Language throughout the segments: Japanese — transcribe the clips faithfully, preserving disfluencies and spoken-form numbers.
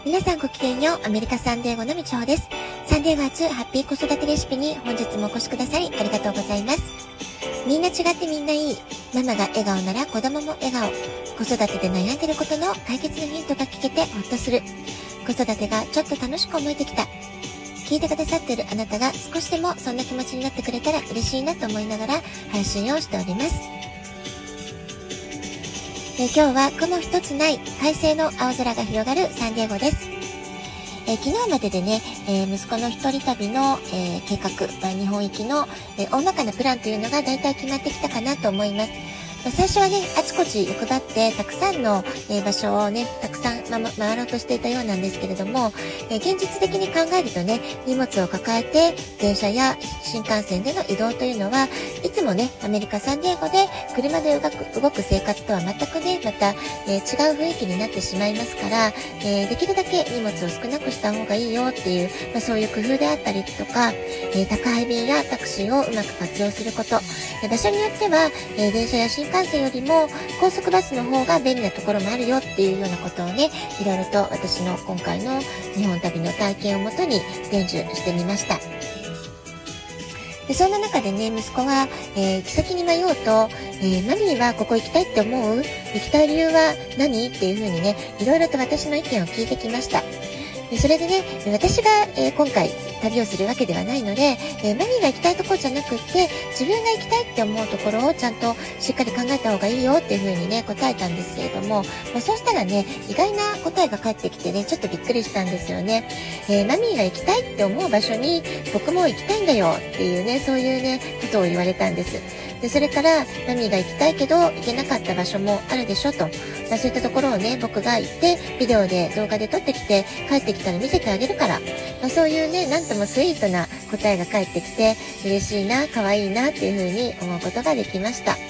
皆さんごきげんよう。アメリカサンディエゴのみちほです。サンディエゴ初ハッピー子育てレシピに本日もお越しくださりありがとうございます。みんな違ってみんないい。ママが笑顔なら子供も笑顔。子育てで悩んでることの解決のヒントが聞けてほっとする。子育てがちょっと楽しく思えてきた。聞いてくださっているあなたが少しでもそんな気持ちになってくれたら嬉しいなと思いながら配信をしております。え今日は雲一つない快晴の青空が広がるサンディエゴです。え昨日まででね、えー、息子の一人旅の、えー、計画、まあ、日本行きの、えー、大まかなプランというのが大体決まってきたかなと思います。まあ、最初はね、あちこち欲張ってたくさんの、えー、場所をね、たくさん、ま、回ろうとしていたようなんですけれども、えー、現実的に考えるとね、荷物を抱えて電車や新幹線での移動というのはいつもね、アメリカサンディエゴで車で動く、動く生活とは全くね、また、えー、違う雰囲気になってしまいますから、えー、できるだけ荷物を少なくした方がいいよっていう、まあ、そういう工夫であったりとか、えー、宅配便やタクシーをうまく活用すること、えー、場所によっては、えー、電車や新幹線よりも高速バスの方が便利なところもあるよっていうようなことをね、いろいろと私の今回の日本旅の体験をもとに伝授してみました。でそんな中でね、息子は、えー、行き先に迷うと、えー、マミーはここ行きたいって思う？行きたい理由は何？っていう風にね、いろいろと私の意見を聞いてきました。でそれでね、私が、えー、今回旅をするわけではないので、えー、マミーが行きたいところじゃなくって、自分が行きたいって思うところをちゃんとしっかり考えた方がいいよっていう風にね、答えたんですけれども、まあ、そうしたらね、意外な答えが返ってきてね、ちょっとびっくりしたんですよね。えー、マミーが行きたいって思う場所に僕も行きたいんだよっていうね、そういうね、ことを言われたんです。でそれからマミーが行きたいけど行けなかった場所もあるでしょと、まあ、そういったところをね、僕が行ってビデオで動画で撮ってきて帰ってきたら見せてあげるから、まあ、そういうね、なんともスイートな答えが返ってきて嬉しいな、可愛いなっていうふうに思うことができました。はい、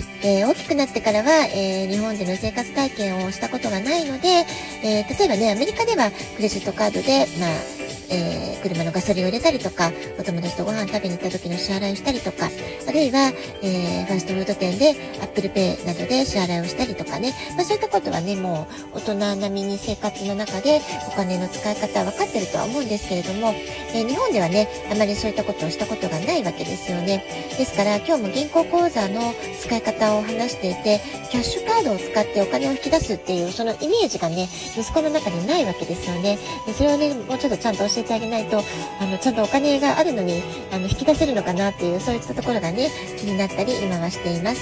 えー、大きくなってからは、えー、日本での生活体験をしたことがないので、えー、例えばね、アメリカではクレジットカードで、まあえー、車のガソリンを入れたりとか、お友達とご飯食べに行った時の支払いをしたりとか、あるいは、えー、ファーストフード店でアップルペイなどで支払いをしたりとかね、まあ、そういったことはね、もう大人並みに生活の中でお金の使い方は分かってるとは思うんですけれども、えー、日本ではね、あまりそういったことをしたことがないわけですよね。ですから今日も銀行口座の使い方を話していて、キャッシュカードを使ってお金を引き出すっていうそのイメージがね、息子の中にないわけですよね。でそれをね、もうちょっとちゃんと教えてあげないと、あのちゃんとお金があるのにあの引き出せるのかなっていう、そういったところがね、気になったり今はしています。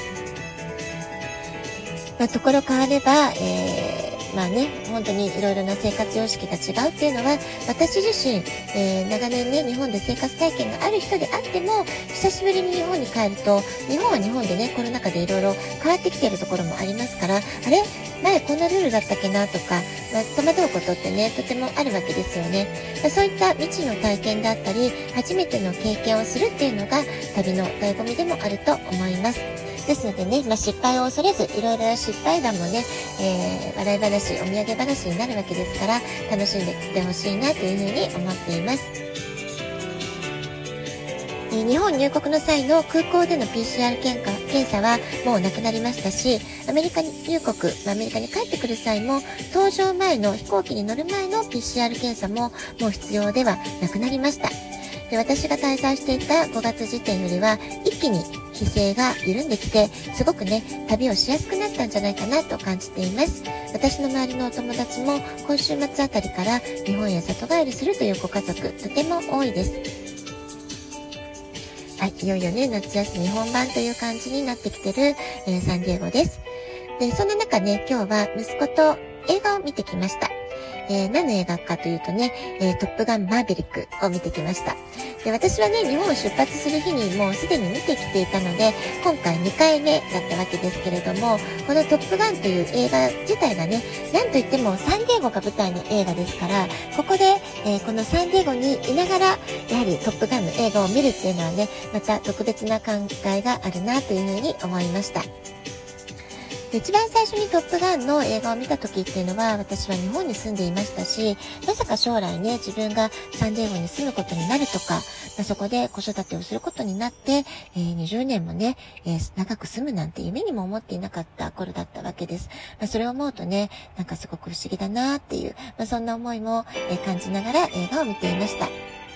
まあ、ところ変われば、えーまあね、本当にいろいろな生活様式が違うっていうのは、私自身、えー、長年ね、日本で生活体験がある人であっても、久しぶりに日本に帰ると、日本は日本でね、コロナ禍でいろいろ変わってきているところもありますから、あれ前こんなルールだったっけなとか、まあ、戸惑うことってね、とてもあるわけですよね。まあ、そういった未知の体験だったり、初めての経験をするっていうのが、旅の醍醐味でもあると思います。ですのでね、まあ、失敗を恐れず、いろいろな失敗談もね、えー、笑い話、お土産話になるわけですから、楽しんできてほしいなというふうに思っています。えー、日本入国の際の空港での ピーシーアール 検査、検査はもうなくなりましたし、アメリカ入国、アメリカに帰ってくる際も、搭乗前の飛行機に乗る前の ピーシーアール 検査ももう必要ではなくなりました。で私が滞在していたごがつ時点よりは一気に規制が緩んできて、すごくね、旅をしやすくなったんじゃないかなと感じています。私の周りのお友達も今週末あたりから日本へ里帰りするというご家族、とても多いです。はい、いよいよね、夏休み本番という感じになってきてる、えー、サンディエゴです。でそんな中ね、今日は息子と映画を見てきました。えー、何の映画かというとね、えー、トップガンマーヴェリックを見てきました。で私はね、日本を出発する日にもうすでに見てきていたので、今回にかいめだったわけですけれども、このトップガンという映画自体がね、なんといってもサンディエゴが舞台の映画ですから、ここで、えー、このサンディエゴにいながら、やはりトップガンの映画を見るっていうのはね、また特別な考えがあるなというふうに思いました。で一番最初にトップガンの映画を見た時っていうのは、私は日本に住んでいましたし、まさか将来ね、自分がサンディエゴに住むことになるとか、まあ、そこで子育てをすることになって、えー、にじゅうねんもね、えー、長く住むなんて夢にも思っていなかった頃だったわけです。まあ、それを思うとね、なんかすごく不思議だなっていう、まあ、そんな思いも、えー、感じながら映画を見ていました。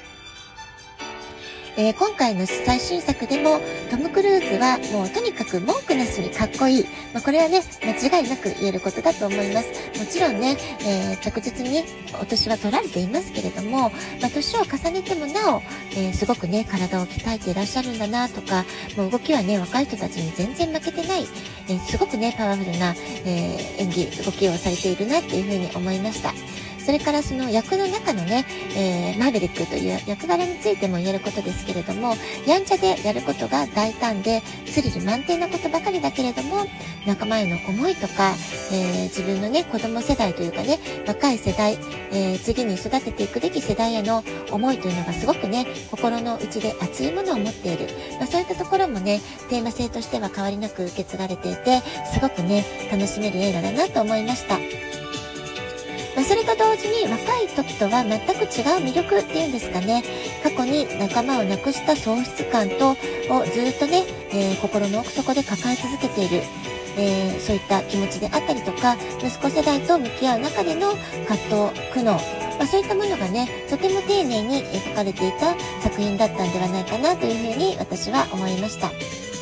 えー、今回の最新作でもトム・クルーズはもうとにかく文句なしにかっこいい。まあ、これはね、間違いなく言えることだと思います。もちろんね、えー、着実にお年は取られていますけれども、まあ、年を重ねてもなお、えー、すごくね、体を鍛えていらっしゃるんだなとか、もう動きはね、若い人たちに全然負けてない、えー、すごくね、パワフルな、えー、演技、動きをされているなっていうふうに思いました。それからその役の中のね、えー、マーヴェリックという役柄についても言えることですけれども、やんちゃでやることが大胆でスリル満点なことばかりだけれども、仲間への思いとか、えー、自分のね、子供世代というかね、若い世代、えー、次に育てていくべき世代への思いというのがすごくね、心の内で熱いものを持っている。まあ、そういったところもね、テーマ性としては変わりなく受け継がれていて、すごくね、楽しめる映画だなと思いました。まあ、それと同時に若い時とは全く違う魅力っていうんですかね、過去に仲間を亡くした喪失感とをずっとね、えー、心の奥底で抱え続けている、えー、そういった気持ちであったりとか、息子世代と向き合う中での葛藤、苦悩、まあ、そういったものがね、とても丁寧に描かれていた作品だったんではないかなというふうに私は思いました。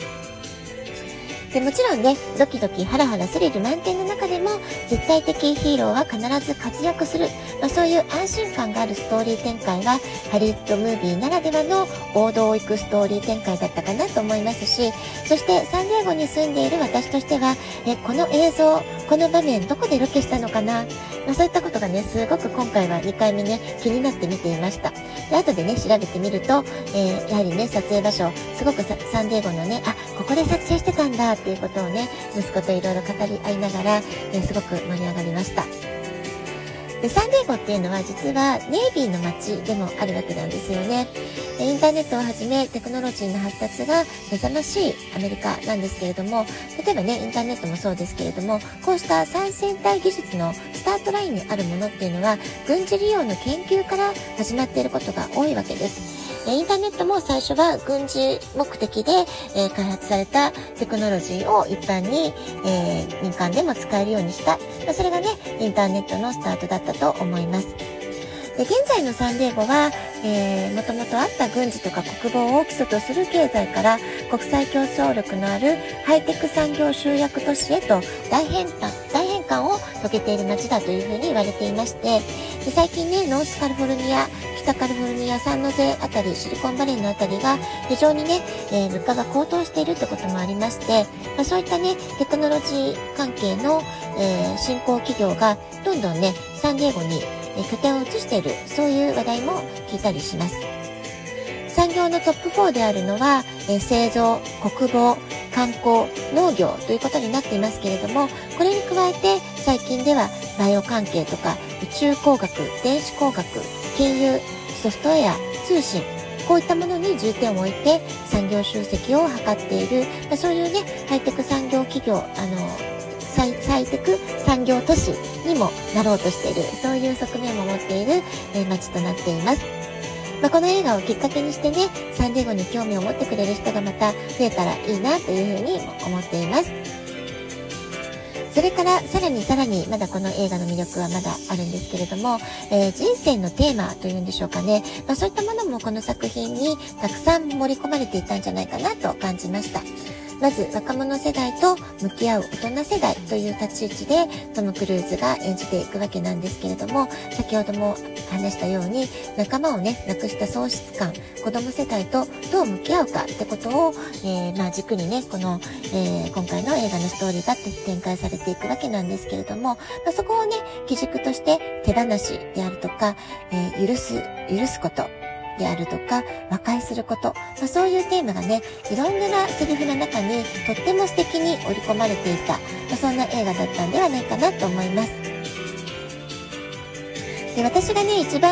でもちろんね、ドキドキハラハラスリル満点の中でも絶対的ヒーローは必ず活躍する、まあ、そういう安心感があるストーリー展開はハリウッドムービーならではの王道を行くストーリー展開だったかなと思いますし、そしてサンディエゴに住んでいる私としては、えこの映像、この場面どこでロケしたのかな、まあ、そういったことがね、すごく今回はにかいめね、気になって見ていました。で、後でね、調べてみると、えー、やはりね、撮影場所、すごくサンディエゴのね、あ、ここで撮影してたんだっていうことをね、息子といろいろ語り合いながら、えー、すごく盛り上がりました。で、サンディエゴっていうのは実はネイビーの街でもあるわけなんですよね。インターネットをはじめテクノロジーの発達が目覚ましいアメリカなんですけれども、例えばね、インターネットもそうですけれども、こうした最先端技術のスタートラインにあるものっていうのは、軍事利用の研究から始まっていることが多いわけです。インターネットも最初は軍事目的で、えー、開発されたテクノロジーを一般に、えー、民間でも使えるようにした、まあ、それがね、インターネットのスタートだったと思います。で、現在のサンディエゴは、えー、もともとあった軍事とか国防を基礎とする経済から国際競争力のあるハイテク産業集約都市へと大変換、大変換を遂げている街だというふうに言われていまして、で、最近ね、ノースカリフォルニア、北カリフォルニア、サンノゼあたり、シリコンバレーのあたりが非常にね、えー、物価が高騰しているってこともありまして、まあ、そういったね、テクノロジー関係の、えー、新興企業がどんどんね、サンディエゴに拠点を移している、そういう話題も聞いたりします。産業のトップフォーであるのは、えー、製造、国防、観光、農業ということになっていますけれども、これに加えて最近ではバイオ関係とか宇宙工学、電子工学、金融、ソフトウェア、通信、こういったものに重点を置いて産業集積を図っている、まあ、そういうね、ハイテク産業企業、あのハイテク産業都市にもなろうとしている、そういう側面も持っている、えー、街となっています。まあ、この映画をきっかけにしてね、サンディエゴに興味を持ってくれる人がまた増えたらいいなというふうに思っています。それからさらにさらにまだこの映画の魅力はまだあるんですけれども、えー、人生のテーマというんでしょうかね、まあ、そういったものもこの作品にたくさん盛り込まれていたんじゃないかなと感じました。まず若者世代と向き合う大人世代という立ち位置でトム・クルーズが演じていくわけなんですけれども、先ほども話したように仲間をね亡くした喪失感、子供世代とどう向き合うかってことを、えー、まあ軸にねこの、えー、今回の映画のストーリーが展開されていくわけなんですけれども、まあ、そこをね基軸として手放しであるとか、えー、許す許すことであるとか和解すること、まあ、そういうテーマがねいろんなセリフの中にとっても素敵に織り込まれていた、まあ、そんな映画だったんではないかなと思います。で、私がね一番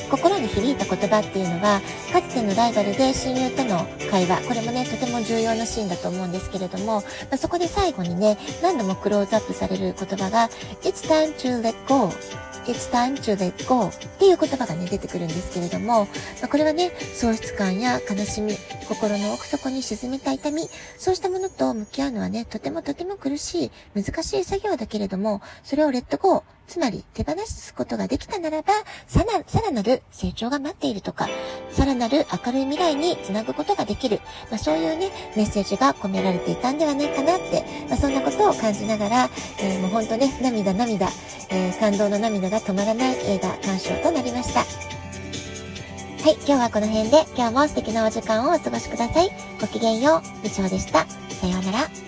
心に響いた言葉っていうのは、かつてのライバルで親友との会話、これもね、とても重要なシーンだと思うんですけれども、まあ、そこで最後にね、何度もクローズアップされる言葉が、It's time to let go。It's time to let go っていう言葉がね、出てくるんですけれども、まあ、これはね、喪失感や悲しみ、心の奥底に沈めた痛み、そうしたものと向き合うのはね、とてもとても苦しい、難しい作業だけれども、それをレッドゴー、つまり手放すことができたならば、さら、さらなる成長が待っているとか、さらなる明るい未来につなぐことができる、まあ、そういうね、メッセージが込められていたんではないかなって、まあ、そんなことを感じながら、えー、もうほんとね、涙涙、えー、感動の涙が止まらない映画鑑賞となりました。はい、今日はこの辺で、今日も素敵なお時間をお過ごしください。ごきげんよう、部長でした。さようなら。